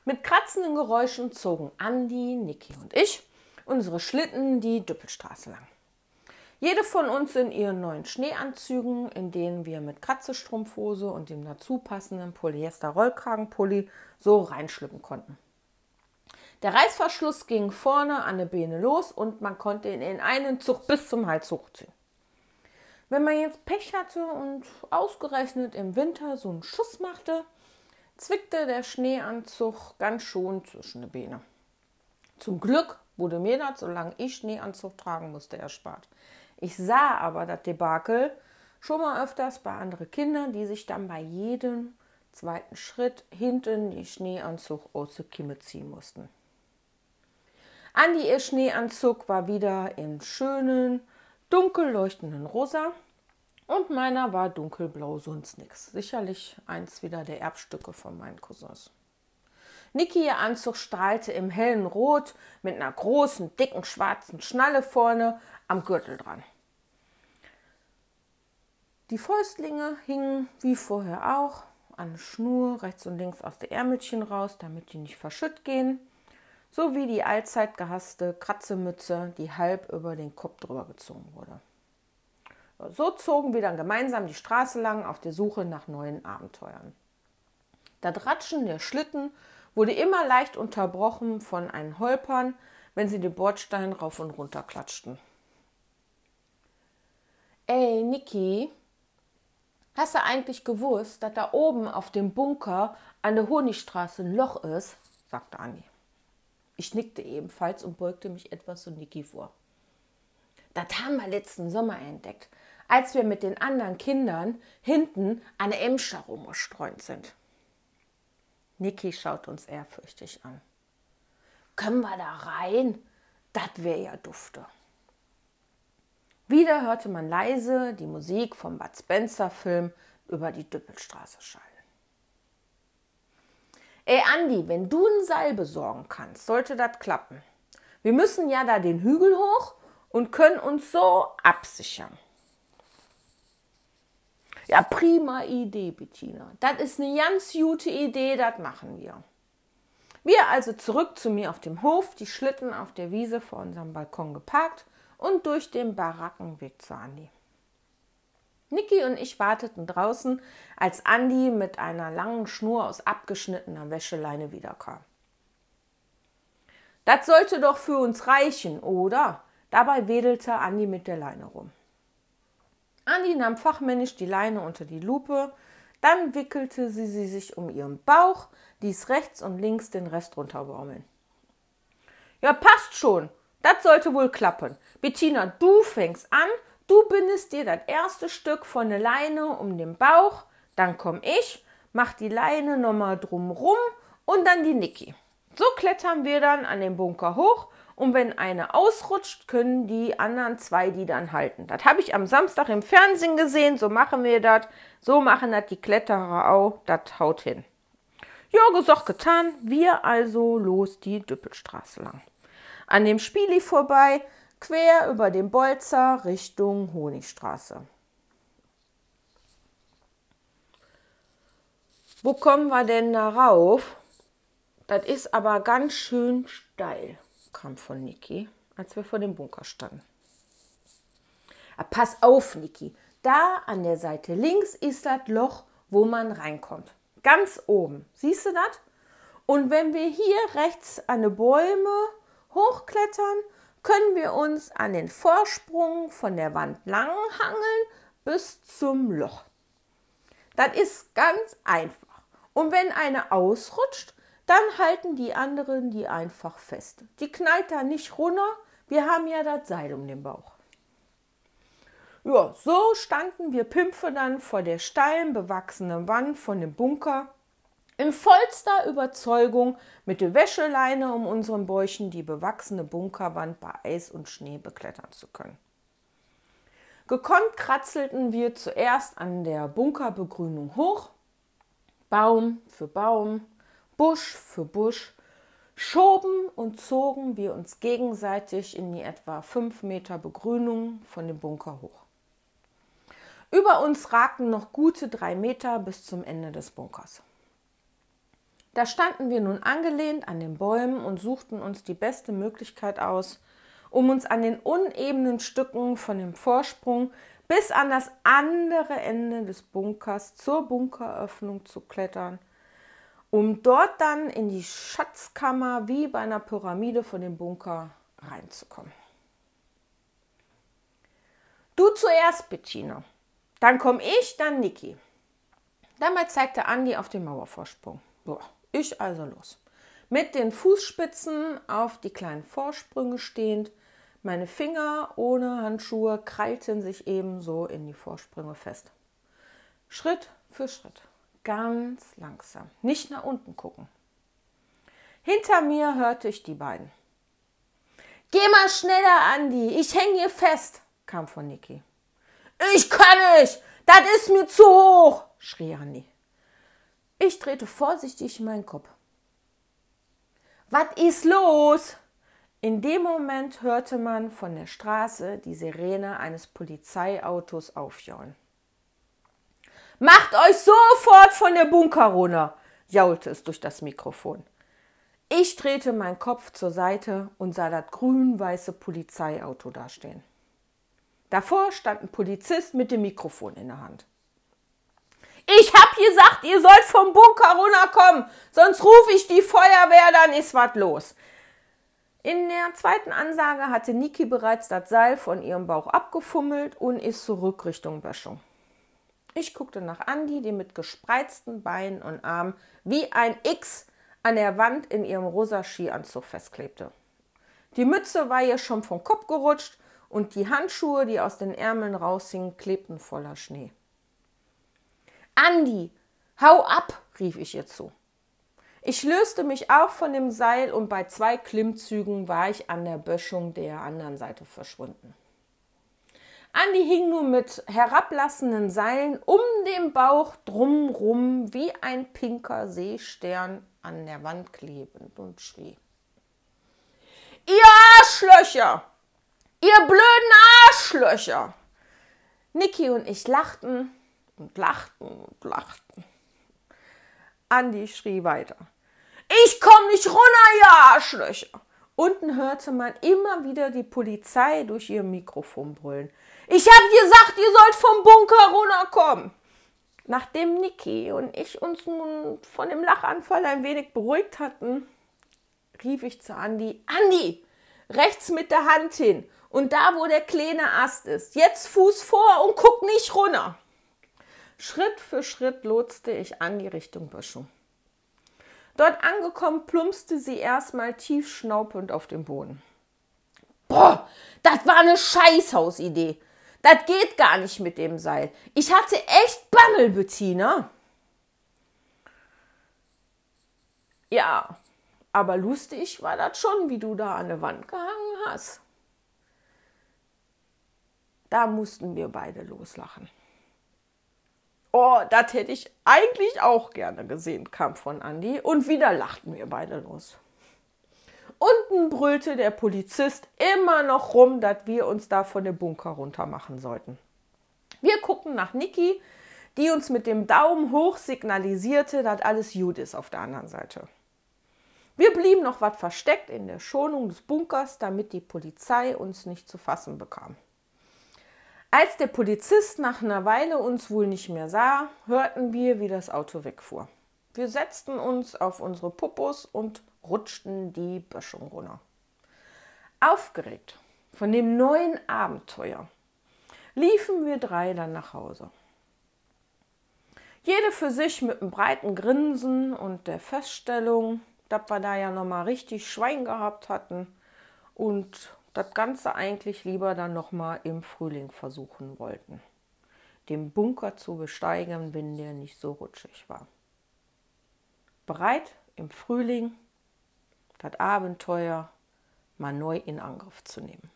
Mit kratzenden Geräuschen zogen Andi, Niki und ich unsere Schlitten die Düppelstraße lang. Jede von uns in ihren neuen Schneeanzügen, in denen wir mit Katzestrumpfhose und dem dazu passenden Polyester-Rollkragenpulli so reinschlüpfen konnten. Der Reißverschluss ging vorne an der Beine los und man konnte ihn in einen Zug bis zum Hals hochziehen. Wenn man jetzt Pech hatte und ausgerechnet im Winter so einen Schuss machte, zwickte der Schneeanzug ganz schon zwischen die Beine. Zum Glück wurde mir das, solange ich Schneeanzug tragen musste, erspart. Ich sah aber das Debakel schon mal öfters bei anderen Kindern, die sich dann bei jedem zweiten Schritt hinten die Schneeanzug aus der Kimme ziehen mussten. Andi, ihr Schneeanzug war wieder im schönen, dunkel leuchtenden Rosa und meiner war dunkelblau, sonst nix. Sicherlich eins wieder der Erbstücke von meinen Cousins. Niki, ihr Anzug strahlte im hellen Rot mit einer großen, dicken, schwarzen Schnalle vorne am Gürtel dran. Die Fäustlinge hingen wie vorher auch an der Schnur rechts und links aus den Ärmelchen raus, damit die nicht verschütt gehen, sowie die allzeit gehasste Kratzemütze, die halb über den Kopf drüber gezogen wurde. So zogen wir dann gemeinsam die Straße lang auf der Suche nach neuen Abenteuern. Das Ratschen der Schlitten wurde immer leicht unterbrochen von einem Holpern, wenn sie den Bordstein rauf und runter klatschten. Ey, Niki, hast du eigentlich gewusst, dass da oben auf dem Bunker an der Honigstraße ein Loch ist? Sagte Andi. Ich nickte ebenfalls und beugte mich etwas zu Niki vor. Das haben wir letzten Sommer entdeckt, als wir mit den anderen Kindern hinten an der Emscher rumgestreunt sind. Niki schaut uns ehrfürchtig an. Können wir da rein? Das wäre ja dufte. Wieder hörte man leise die Musik vom Bud Spencer-Film über die Düppelstraße schallen. Ey Andi, wenn du ein Seil besorgen kannst, sollte das klappen. Wir müssen ja da den Hügel hoch und können uns so absichern. Ja, prima Idee, Bettina. Das ist eine ganz gute Idee, das machen wir. Wir also zurück zu mir auf dem Hof, die Schlitten auf der Wiese vor unserem Balkon geparkt und durch den Barackenweg zu Andi. Niki und ich warteten draußen, als Andi mit einer langen Schnur aus abgeschnittener Wäscheleine wiederkam. Das sollte doch für uns reichen, oder? Dabei wedelte Andi mit der Leine rum. Andi nahm fachmännisch die Leine unter die Lupe, dann wickelte sie sich um ihren Bauch, ließ rechts und links den Rest runterbaumeln. Ja, passt schon, das sollte wohl klappen. Bettina, du fängst an, du bindest dir das erste Stück von der Leine um den Bauch, dann komm ich, mach die Leine nochmal drumrum und dann die Niki. So klettern wir dann an den Bunker hoch. Und wenn eine ausrutscht, können die anderen zwei die dann halten. Das habe ich am Samstag im Fernsehen gesehen, so machen wir das. So machen das die Kletterer auch, das haut hin. Ja, gesagt, getan, wir also los die Düppelstraße lang. An dem Spieli vorbei, quer über den Bolzer Richtung Honigstraße. Wo kommen wir denn da rauf? Das ist aber ganz schön steil, kam von Niki, als wir vor dem Bunker standen. Pass auf, Niki, da an der Seite links ist das Loch, wo man reinkommt. Ganz oben, siehst du das? Und wenn wir hier rechts an die Bäume hochklettern, können wir uns an den Vorsprung von der Wand lang hangeln bis zum Loch. Das ist ganz einfach. Und wenn eine ausrutscht, dann halten die anderen die einfach fest. Die knallt da nicht runter, wir haben ja das Seil um den Bauch. Ja, so standen wir Pimpfe dann vor der steilen, bewachsenen Wand von dem Bunker, in vollster Überzeugung, mit der Wäscheleine um unseren Bäuchen die bewachsene Bunkerwand bei Eis und Schnee beklettern zu können. Gekonnt kratzelten wir zuerst an der Bunkerbegrünung hoch, Baum für Baum, Busch für Busch, schoben und zogen wir uns gegenseitig in die etwa 5 Meter Begrünung von dem Bunker hoch. Über uns ragten noch gute 3 Meter bis zum Ende des Bunkers. Da standen wir nun angelehnt an den Bäumen und suchten uns die beste Möglichkeit aus, um uns an den unebenen Stücken von dem Vorsprung bis an das andere Ende des Bunkers zur Bunkeröffnung zu klettern, um dort dann in die Schatzkammer wie bei einer Pyramide von dem Bunker reinzukommen. Du zuerst, Bettina. Dann komme ich, dann Niki. Dabei zeigte Andi auf den Mauervorsprung. Boah, ich also los. Mit den Fußspitzen auf die kleinen Vorsprünge stehend, meine Finger ohne Handschuhe krallten sich ebenso in die Vorsprünge fest. Schritt für Schritt, ganz langsam, nicht nach unten gucken. Hinter mir hörte ich die beiden. Geh mal schneller, Andi, ich hänge hier fest, kam von Niki. Ich kann nicht, das ist mir zu hoch, schrie Andi. Ich drehte vorsichtig meinen Kopf. Was ist los? In dem Moment hörte man von der Straße die Sirene eines Polizeiautos aufjaulen. Macht euch sofort von der Bunker runter, jaulte es durch das Mikrofon. Ich drehte meinen Kopf zur Seite und sah das grün-weiße Polizeiauto dastehen. Davor stand ein Polizist mit dem Mikrofon in der Hand. Ich hab gesagt, ihr sollt vom Bunker runterkommen, sonst rufe ich die Feuerwehr, dann ist was los. In der zweiten Ansage hatte Niki bereits das Seil von ihrem Bauch abgefummelt und ist zurück Richtung Böschung. Ich guckte nach Andi, die mit gespreizten Beinen und Armen wie ein X an der Wand in ihrem rosa Skianzug festklebte. Die Mütze war ihr schon vom Kopf gerutscht und die Handschuhe, die aus den Ärmeln raushingen, klebten voller Schnee. Andi, hau ab, rief ich ihr zu. Ich löste mich auch von dem Seil und bei 2 Klimmzügen war ich an der Böschung der anderen Seite verschwunden. Andi hing nun mit herablassenden Seilen um den Bauch drumrum wie ein pinker Seestern an der Wand klebend und schrie. Ihr Arschlöcher! Ihr blöden Arschlöcher! Niki und ich lachten und lachten und lachten. Andi schrie weiter. Ich komm nicht runter, ihr Arschlöcher! Unten hörte man immer wieder die Polizei durch ihr Mikrofon brüllen. Ich hab gesagt, ihr sollt vom Bunker runterkommen. Nachdem Niki und ich uns nun von dem Lachanfall ein wenig beruhigt hatten, rief ich zu Andi, Andi, rechts mit der Hand hin und da, wo der kleine Ast ist, jetzt Fuß vor und guck nicht runter. Schritt für Schritt lotste ich Andi Richtung Böschung. Dort angekommen, plumpste sie erstmal tief schnaubend auf den Boden. Boah, das war eine Scheißhausidee. Das geht gar nicht mit dem Seil. Ich hatte echt Bammel, Bettina. Ja, aber lustig war das schon, wie du da an der Wand gehangen hast. Da mussten wir beide loslachen. Oh, das hätte ich eigentlich auch gerne gesehen, kam von Andi. Und wieder lachten wir beide los. Unten brüllte der Polizist immer noch rum, dass wir uns da von dem Bunker runter machen sollten. Wir guckten nach Niki, die uns mit dem Daumen hoch signalisierte, dass alles gut ist auf der anderen Seite. Wir blieben noch was versteckt in der Schonung des Bunkers, damit die Polizei uns nicht zu fassen bekam. Als der Polizist nach einer Weile uns wohl nicht mehr sah, hörten wir, wie das Auto wegfuhr. Wir setzten uns auf unsere Popos und rutschten die Böschung runter. Aufgeregt von dem neuen Abenteuer liefen wir 3 dann nach Hause. Jede für sich mit einem breiten Grinsen und der Feststellung, dass wir da ja nochmal richtig Schwein gehabt hatten und das Ganze eigentlich lieber dann nochmal im Frühling versuchen wollten, den Bunker zu besteigen, wenn der nicht so rutschig war. Bereit, im Frühling das Abenteuer mal neu in Angriff zu nehmen.